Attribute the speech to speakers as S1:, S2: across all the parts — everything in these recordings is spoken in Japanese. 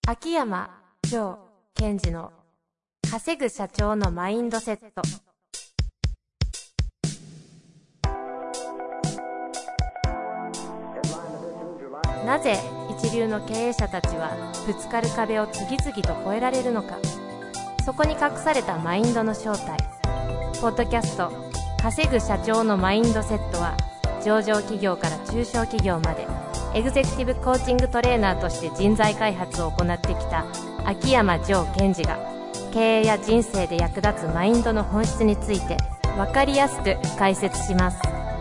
S1: 秋山城賢治の稼ぐ社長のマインドセット。なぜ一流の経営者たちはぶつかる壁を次々と越えられるのか。そこに隠されたマインドの正体。ポッドキャスト稼ぐ社長のマインドセットは、上場企業から中小企業までエグゼクティブコーチングトレーナーとして人材開発を行ってきた秋山城賢治が、経営や人生で役立つマインドの本質について分かりやすく解説します。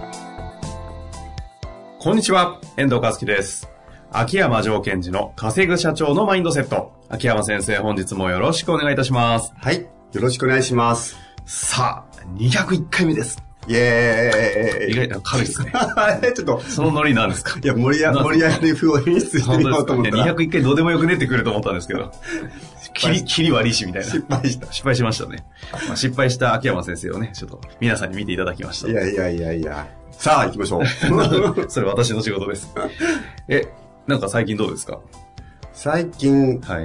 S2: こんにちは、遠藤和樹です。秋山城賢治の稼ぐ社長のマインドセット。秋山先生、本日もよろしくお願いいたします。
S3: はい、よろしくお願いします。
S2: さあ、201回目です。
S3: イエーイ。
S2: 意外と軽いですね。
S3: ちょっと
S2: そのノリなんですか？
S3: いや、盛り上がり風を演出してみようと思ったら。
S2: 201回どうでもよくねってくると思ったんですけど。切り悪いしみたいな。
S3: 失敗しました
S2: ね。失敗した秋山先生をね、ちょっと皆さんに見ていただきました。
S3: いや。さあ、行きましょう。
S2: それ私の仕事です。なんか最近どうですか？
S3: 最近、
S2: はい。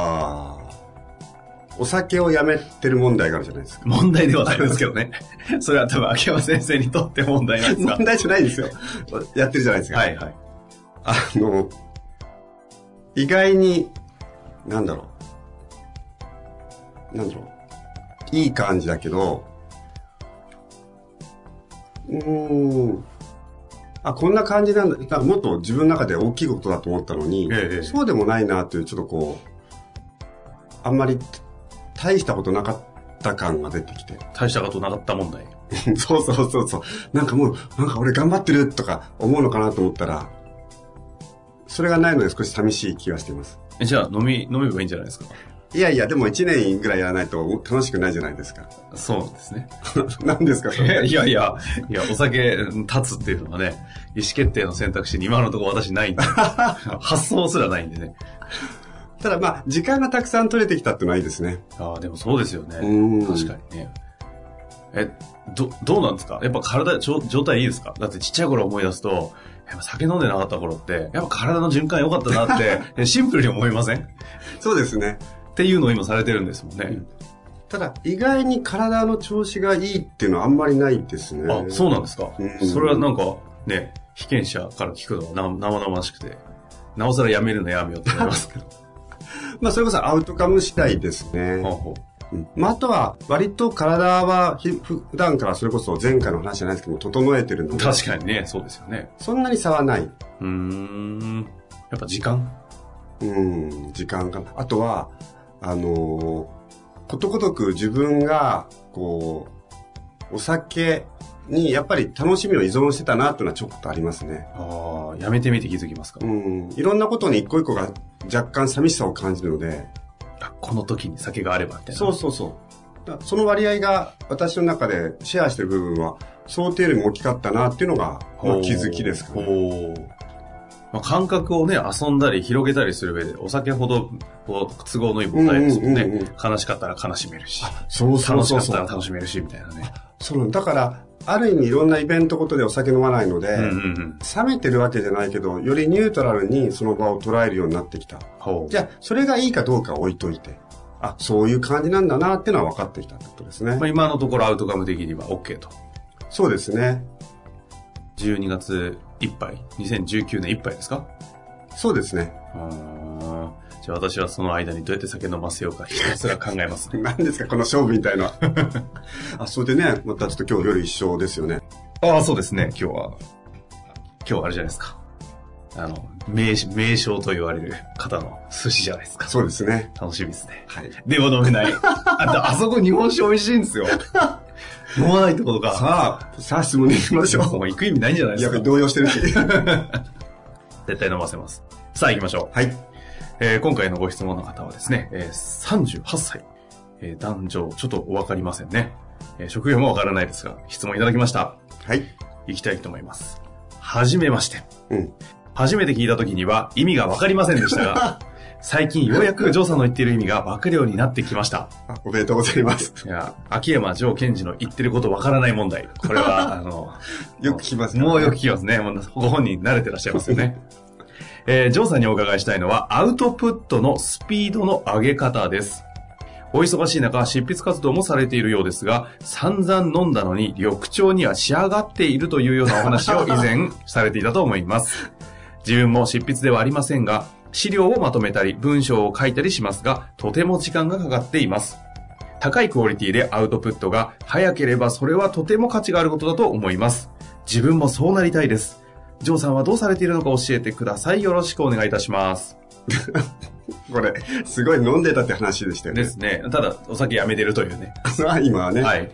S3: お酒をやめてる問題があるじゃないですか。
S2: 問題ではないですけどね。それは多分秋山先生にとって問題なんですか？
S3: 問題じゃないですよ。やってるじゃないですか。
S2: はいはい。
S3: 意外に、なんだろう。いい感じだけど、こんな感じなんだ。もっと自分の中で大きいことだと思ったのに、そうでもないなという、ちょっとあんまり大したことなかった感が出てきて。
S2: 大したことなかった問題。
S3: そう。なんか俺頑張ってるとか思うのかなと思ったら、それがないので少し寂しい気がしています。
S2: じゃあ飲めばいいんじゃないですか？
S3: いや、でも1年ぐらいやらないと楽しくないじゃないですか。
S2: そうですね。
S3: 何ですかそれ？
S2: いや、お酒立つっていうのはね、意思決定の選択肢に今のところ私ないんで、発想すらないんでね。
S3: ただ時間がたくさん取れてきたってのはいいですね。
S2: でもそうですよね。確かにね。どうなんですか？やっぱ状態いいですか？だってちっちゃい頃思い出すと、やっぱ酒飲んでなかった頃って、やっぱ体の循環良かったなってシンプルに思いません？
S3: そうですね。
S2: っていうのを今されてるんですもんね。
S3: ただ意外に体の調子がいいっていうのはあんまりないですね。
S2: そうなんですか。それはなんかね、被験者から聞くのは生々しくて、なおさらやめるのやめようと思いますけど。
S3: それこそアウトカム次第ですね。あとは割と体は普段からそれこそ前回の話じゃないですけど整えてるので。
S2: 確かにね、そうですよね。
S3: そんなに差はない。
S2: やっぱ時間
S3: かな。あとはことごとく自分がお酒にやっぱり楽しみを依存してたなっていうのはちょっとありますね。
S2: やめてみて気づきますか？
S3: いろんなことに一個一個が若干寂しさを感じるので、
S2: この時に酒があればみたいな。
S3: そう。その割合が私の中でシェアしてる部分は想定よりも大きかったなっていうのが気づきですかね。
S2: 感覚をね、遊んだり広げたりする上でお酒ほど都合のいい問題ですもんね。悲しかったら悲しめるし、楽しかったら楽しめるしみたいなね。
S3: だからある意味いろんなイベントごとでお酒飲まないので、冷めてるわけじゃないけど、よりニュートラルにその場を捉えるようになってきた。じゃあそれがいいかどうか置いといて、そういう感じなんだなっていうのは分かってきたってことですね。
S2: 今のところアウトカム的には OK と。
S3: そうですね。
S2: 12月いっぱい、2019年いっぱいですか？
S3: そうですね。
S2: じゃあ私はその間にどうやって酒飲ませようかひたすら考えますね。
S3: 何ですかこの勝負みたいな。それでね、またちょっと今日夜一緒ですよね。
S2: そうですね。今日はあれじゃないですか。名将と言われる方の寿司じゃないですか。
S3: そうですね。
S2: 楽しみですね。
S3: はい。
S2: でも飲めない。あそこ日本酒美味しいんですよ。飲まないってことか。
S3: さあ質問に行きましょう。
S2: もう行く意味ないんじゃないですか。
S3: やっぱり動揺してるし。
S2: 絶対飲ませます。さあ行きましょう。
S3: はい。
S2: 今回のご質問の方はですね、38歳、男女、ちょっとお分かりませんね。職業もわからないですが、質問いただきました。
S3: はい。
S2: 行きたいと思います。はじめまして。初めて聞いた時には意味がわかりませんでしたが、最近ようやくジョーさんの言っている意味がわかるようになってきました。
S3: おめでとうございます。
S2: いや、秋山城賢治の言ってることわからない問題。これは、
S3: よく聞きますね。
S2: もうよく聞きますね。ご本人慣れてらっしゃいますよね。 ジョーさんにお伺いしたいのは、アウトプットのスピードの上げ方です。お忙しい中、執筆活動もされているようですが、散々飲んだのに緑茶には仕上がっているというようなお話を以前されていたと思います。自分も執筆ではありませんが、資料をまとめたり、文章を書いたりしますが、とても時間がかかっています。高いクオリティでアウトプットが早ければそれはとても価値があることだと思います。自分もそうなりたいです。ジョーさんはどうされているのか教えてください。よろしくお願いいたします。
S3: これ、すごい飲んでたって話でしたよね。
S2: ですね。ただ、お酒やめてるというね。
S3: 今はね。
S2: はい。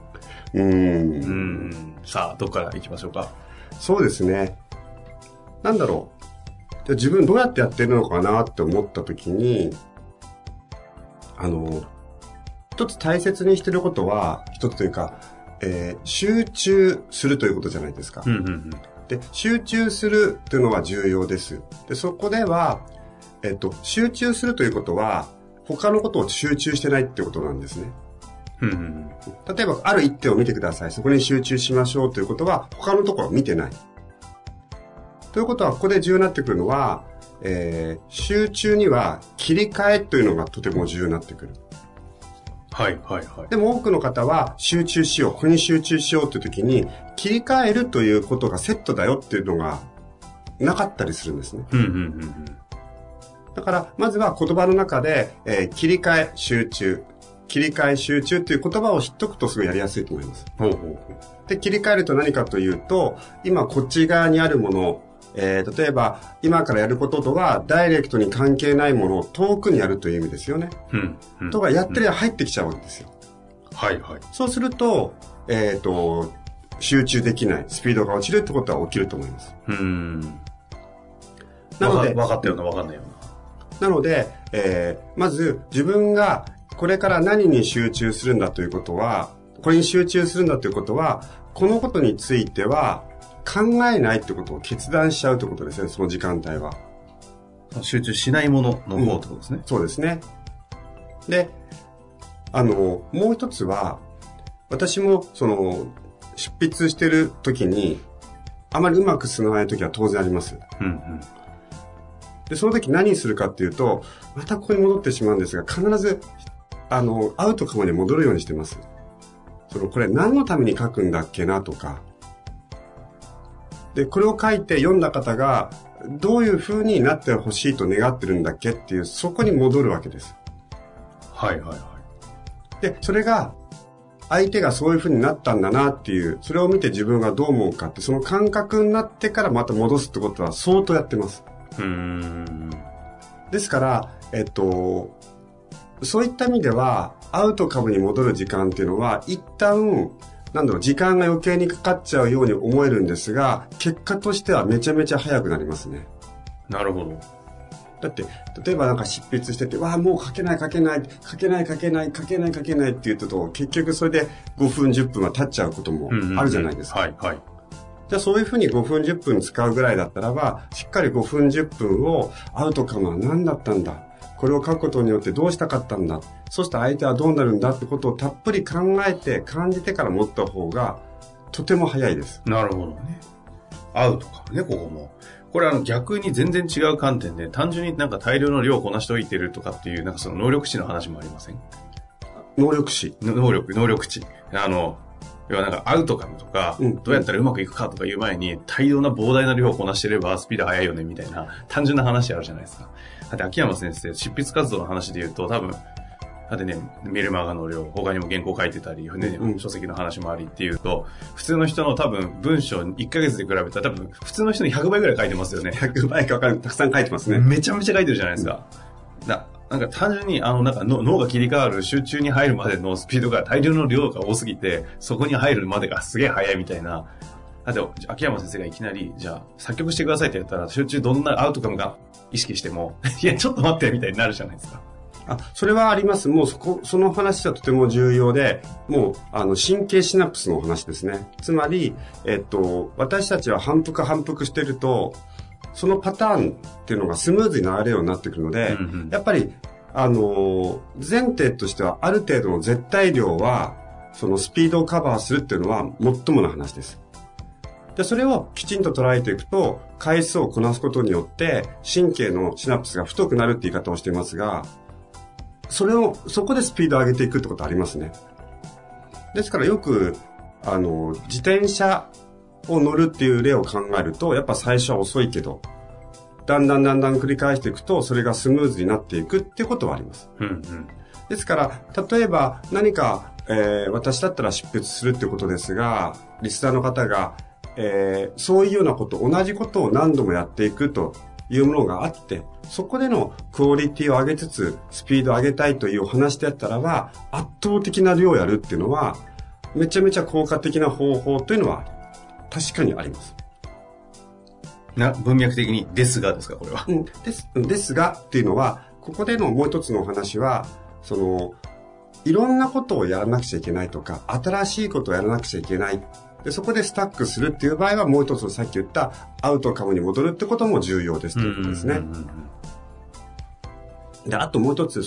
S2: さあ、どこから行きましょうか。
S3: そうですね。なんだろう。自分どうやってやってるのかなって思った時に、一つ大切にしてることは、一つというか、集中するということじゃないですか。で、集中するというのは重要です。で、そこでは、集中するということは、他のことを集中してないってことなんですね。例えば、ある一点を見てください。そこに集中しましょうということは、他のところを見てない。ということは、ここで重要になってくるのは、集中には切り替えというのがとても重要になってくる。
S2: はいはいはい。
S3: でも多くの方は集中しよう、ここに集中しようという時に切り替えるということがセットだよっていうのがなかったりするんですね。だからまずは言葉の中で、切り替え集中、切り替え集中という言葉を知っとくとすごいやりやすいと思います。で、切り替えると何かというと、今こっち側にあるもの、例えば今からやることとはダイレクトに関係ないものを遠くにやるという意味ですよね。とかやってりゃ入ってきちゃうんですよ。
S2: はいはい。
S3: そうすると、集中できない、スピードが落ちるってことは起きると思います。
S2: なので分かったような分かんないよ
S3: うな。なので、まず自分がこれから何に集中するんだということは、これに集中するんだということは、このことについては考えないってことを決断しちゃうってことですね、その時間帯は。
S2: 集中しないものの方ってことですね。
S3: そうですね。で、もう一つは、私も、執筆してる時に、あまりうまく進まない時は当然あります。で、その時何するかっていうと、またここに戻ってしまうんですが、必ず、アウトカムに戻るようにしてます。これ何のために書くんだっけなとか、で、これを書いて読んだ方がどういう風になってほしいと願ってるんだっけっていう、そこに戻るわけです。
S2: はいはいはい。
S3: で、それが相手がそういう風になったんだなっていう、それを見て自分がどう思うかって、その感覚になってからまた戻すってことは相当やってます。ですから、そういった意味ではアウトカムに戻る時間っていうのは一旦時間が余計にかかっちゃうように思えるんですが、結果としてはめちゃめちゃ早くなりますね。
S2: なるほど。
S3: だって、例えば執筆してて、もう書けないって言うと、結局それで5分10分は経っちゃうこともあるじゃないですか。
S2: はいはい。
S3: じゃあそういうふうに5分10分使うぐらいだったらば、しっかり5分10分をアウトカムは何だったんだ、これを書くことによってどうしたかったんだ、そして相手はどうなるんだってことをたっぷり考えて感じてから持った方がとても早いです。
S2: なるほどね。アウトカムね、ここも。これ逆に全然違う観点で、単純に大量の量をこなしておいてるとかっていう、その能力値の話もありません？
S3: 能力値。
S2: 能力値。要はアウトカムとか、どうやったらうまくいくかとかいう前に、大量な膨大な量をこなしてればスピード速いよねみたいな単純な話あるじゃないですか。だって秋山先生、執筆活動の話で言うと多分、だってね、メルマガの量、他にも原稿書いてたり、書籍の話もありっていうと、普通の人の多分文章1ヶ月で比べたら多分普通の人に100倍ぐらい書いてますよね。
S3: 100倍かたくさん書いてますね。
S2: めちゃめちゃ書いてるじゃないですか。単純に脳が切り替わる集中に入るまでのスピードが大量の量が多すぎて、そこに入るまでがすげえ早いみたいな。だって秋山先生がいきなりじゃあ作曲してくださいって言ったら、集中どんなアウトカムが意識してもいやちょっと待ってみたいになるじゃないですか。
S3: それはあります。もうその話はとても重要で、もう神経シナプスの話ですね。つまり私たちは反復してると、そのパターンっていうのがスムーズに流れるようになってくるので、やっぱり前提としてはある程度の絶対量はそのスピードをカバーするっていうのは最もな話です。 で、それをきちんと捉えていくと、回数をこなすことによって、神経のシナプスが太くなるって言い方をしていますが、そこでスピードを上げていくってことありますね。ですからよく、自転車を乗るっていう例を考えると、やっぱ最初は遅いけど、だんだん繰り返していくと、それがスムーズになっていくっていうことはあります。うんうん、ですから、例えば何か、私だったら執筆するっていうことですが、リスナーの方が、そういうようなこと、同じことを何度もやっていくというものがあって、そこでのクオリティを上げつつ、スピードを上げたいというお話であったらば、圧倒的な量をやるっていうのは、めちゃめちゃ効果的な方法というのは、確かにあります。
S2: 文脈的にですがですか、これは。
S3: ですがっていうのは、ここでのもう一つのお話は、いろんなことをやらなくちゃいけないとか、新しいことをやらなくちゃいけない。で、そこでスタックするっていう場合は、もう一つさっき言ったアウトカムに戻るってことも重要ですということですね。で、あともう一つ、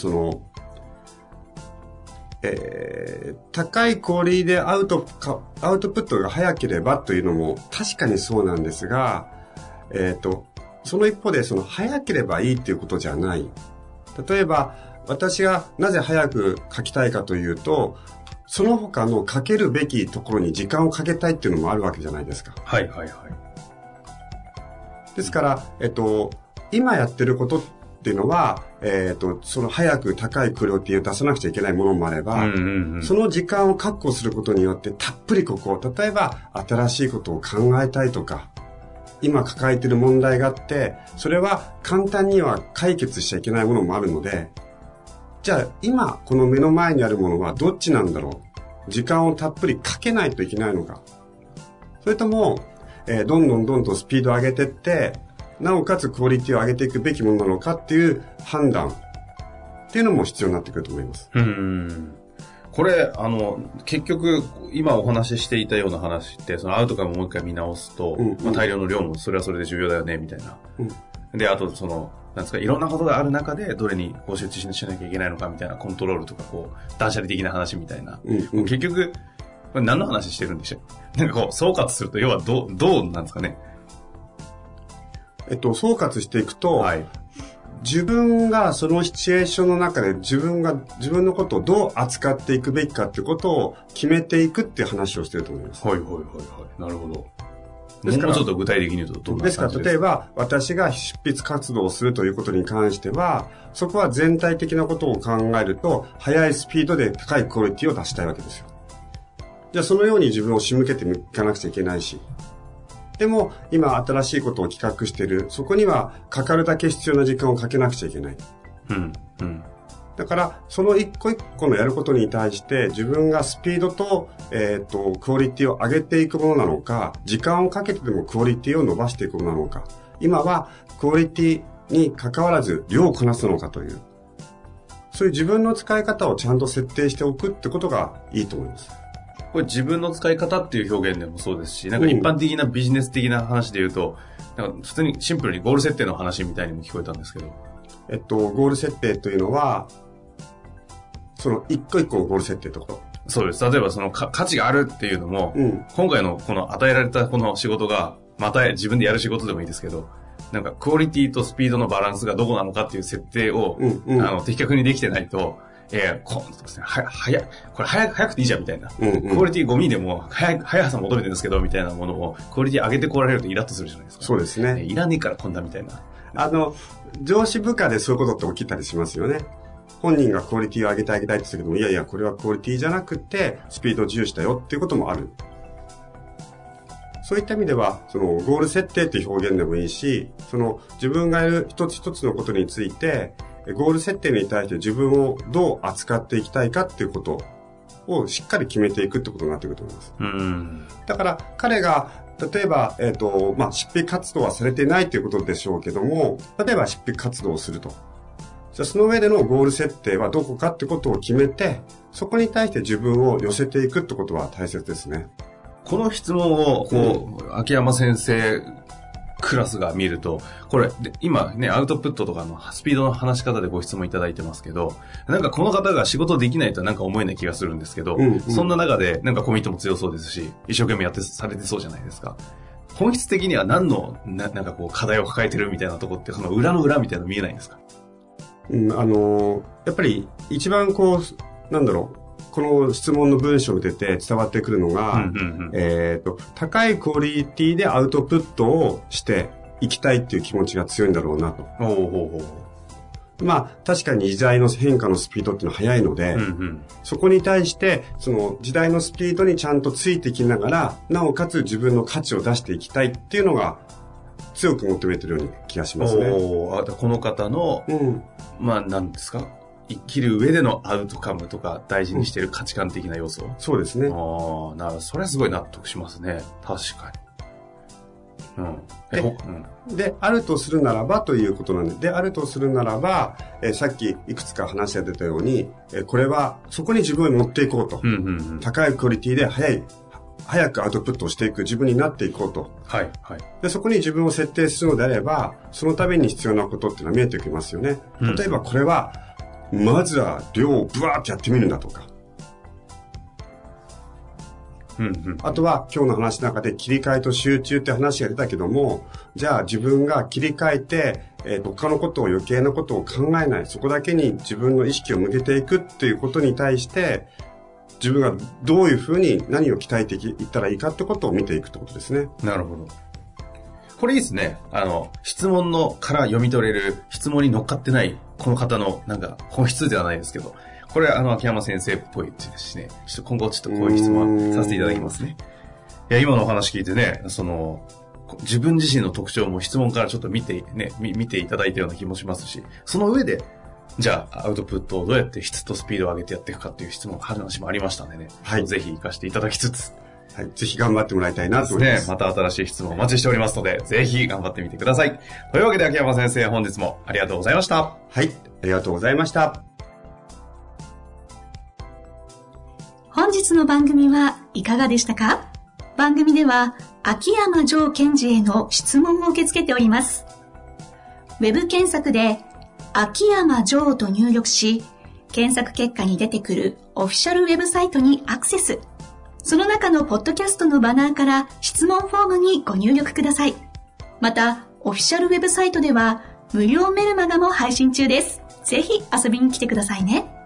S3: 高いクオリティでアウトプットが早ければというのも確かにそうなんですが、その一方で早ければいいっていうことじゃない。例えば、私がなぜ早く書きたいかというと、その他の書けるべきところに時間をかけたいっていうのもあるわけじゃないですか。
S2: はいはいはい。
S3: ですから、今やってることっていうのは、早く高いクオリティを出さなくちゃいけないものもあれば、その時間を確保することによってたっぷり例えば新しいことを考えたいとか、今抱えている問題があって、それは簡単には解決しちゃいけないものもあるので、じゃあ今この目の前にあるものはどっちなんだろう。時間をたっぷりかけないといけないのか。それとも、どんどんスピードを上げていって、なおかつクオリティを上げていくべきものなのかっていう判断っていうのも必要になってくると思います。
S2: これ、結局、今お話ししていたような話って、アウトカムをもう一回見直すと、大量の量もそれはそれで重要だよね、みたいな。で、あと、なんですか、いろんなことがある中で、どれに集中しなきゃいけないのか、みたいなコントロールとか、断捨離的な話みたいな。結局、これ何の話してるんでしょう？なんか総括すると、要はどうなんですかね。
S3: 総括していくと、はい、自分がそのシチュエーションの中で自分のことをどう扱っていくべきかってことを決めていくっていう話をしていると思います。
S2: はいはいはいはい。なるほど。ですから、もうちょっと具体的に言うとどんな感じですか？
S3: ですから、例えば私が執筆活動をするということに関しては、そこは全体的なことを考えると、速いスピードで高いクオリティを出したいわけですよ。じゃあそのように自分を仕向けていかなくちゃいけないし、でも今新しいことを企画している、そこにはかかるだけ必要な時間をかけなくちゃいけない。だからその一個一個のやることに対して自分がスピードと、クオリティを上げていくものなのか、時間をかけてでもクオリティを伸ばしていくものなのか、今はクオリティに関わらず量をこなすのかという、そういう自分の使い方をちゃんと設定しておくってことがいいと思います。
S2: これ自分の使い方っていう表現でもそうですし、なんか一般的なビジネス的な話で言うと、なんか普通にシンプルにゴール設定の話みたいにも聞こえたんですけど。
S3: ゴール設定というのは、その一個一個のゴール設定とか。
S2: そうです。例えばその価値があるっていうのも、今回のこの与えられたこの仕事が、また自分でやる仕事でもいいですけど、なんかクオリティとスピードのバランスがどこなのかっていう設定を、的確にできてないと、これ早くていいじゃんみたいな。クオリティゴミでも速さ求めてるんですけどみたいなものをクオリティ上げてこられるとイラッとするじゃないですか。
S3: そうですね。
S2: いらねえからこんなみたいな。
S3: 上司部下でそういうことって起きたりしますよね。本人がクオリティを上げたいって言ったけども、いやいやこれはクオリティじゃなくてスピード重視だよっていうこともある。そういった意味では、ゴール設定っていう表現でもいいし、自分がやる一つ一つのことについて、ゴール設定に対して自分をどう扱っていきたいかっていうことをしっかり決めていくってことになってくると思います。だから彼が例えば、執筆活動はされていないということでしょうけども、例えば執筆活動をすると。じゃあその上でのゴール設定はどこかってことを決めて、そこに対して自分を寄せていくってことは大切ですね。
S2: この質問を秋山先生クラスが見ると、これ、今ね、アウトプットとかのスピードの話し方でご質問いただいてますけど、なんかこの方が仕事できないとはなんか思えない気がするんですけど、そんな中でなんかコミットも強そうですし、一生懸命されてそうじゃないですか。 本質的には何のなんかこう課題を抱えてるみたいなところって、その裏の裏みたいなの見えないんですか？
S3: やっぱり一番こう、なんだろう、この質問の文章を見てて伝わってくるのが、高いクオリティでアウトプットをしていきたいっていう気持ちが強いんだろうなと。まあ、確かに時代の変化のスピードっていうのは速いので、そこに対して、その時代のスピードにちゃんとついていきながら、なおかつ自分の価値を出していきたいっていうのが、強く求めてるような気がしますね。
S2: この方の、まあ、何ですか？生きる上でのアウトカムとか大事にしている価値観的な要素、
S3: そうですね。
S2: それはすごい納得しますね。確か
S3: に。で、あるとするならばということなんで、あるとするならば、さっきいくつか話が出たように、これはそこに自分を持っていこうと。高いクオリティで早くアウトプットをしていく自分になっていこうと。で、そこに自分を設定するのであれば、そのために必要なことっていうのは見えてきますよね。例えばこれは、まずは量をブワーってやってみるんだとか。あとは今日の話の中で切り替えと集中って話が出たけども、じゃあ自分が切り替えて、他のことを余計なことを考えない、そこだけに自分の意識を向けていくっていうことに対して、自分がどういうふうに何を鍛えていったらいいかってことを見ていくってことですね。
S2: なるほど。これいいですね。質問のから読み取れる、質問に乗っかってない、この方のなんか本質ではないですけど、これ秋山先生っぽいですしね。ちょっと今後ちょっとこういう質問させていただきますね。いや、今のお話聞いてね、自分自身の特徴も質問からちょっと見ていただいたような気もしますし、その上で、じゃあアウトプットをどうやって質とスピードを上げてやっていくかっていう話もありましたんでね。ぜひ活かしていただきつつ、
S3: ぜひ頑張ってもらいたいなと思います。
S2: また新しい質問お待ちしておりますので、ぜひ頑張ってみてください。というわけで秋山先生、本日もありがとうございました。
S3: はい、ありがとうございました。
S4: 本日の番組はいかがでしたか？番組では秋山城賢治への質問を受け付けております。ウェブ検索で秋山城と入力し、検索結果に出てくるオフィシャルウェブサイトにアクセス。その中のポッドキャストのバナーから質問フォームにご入力ください。また、オフィシャルウェブサイトでは無料メルマガも配信中です。ぜひ遊びに来てくださいね。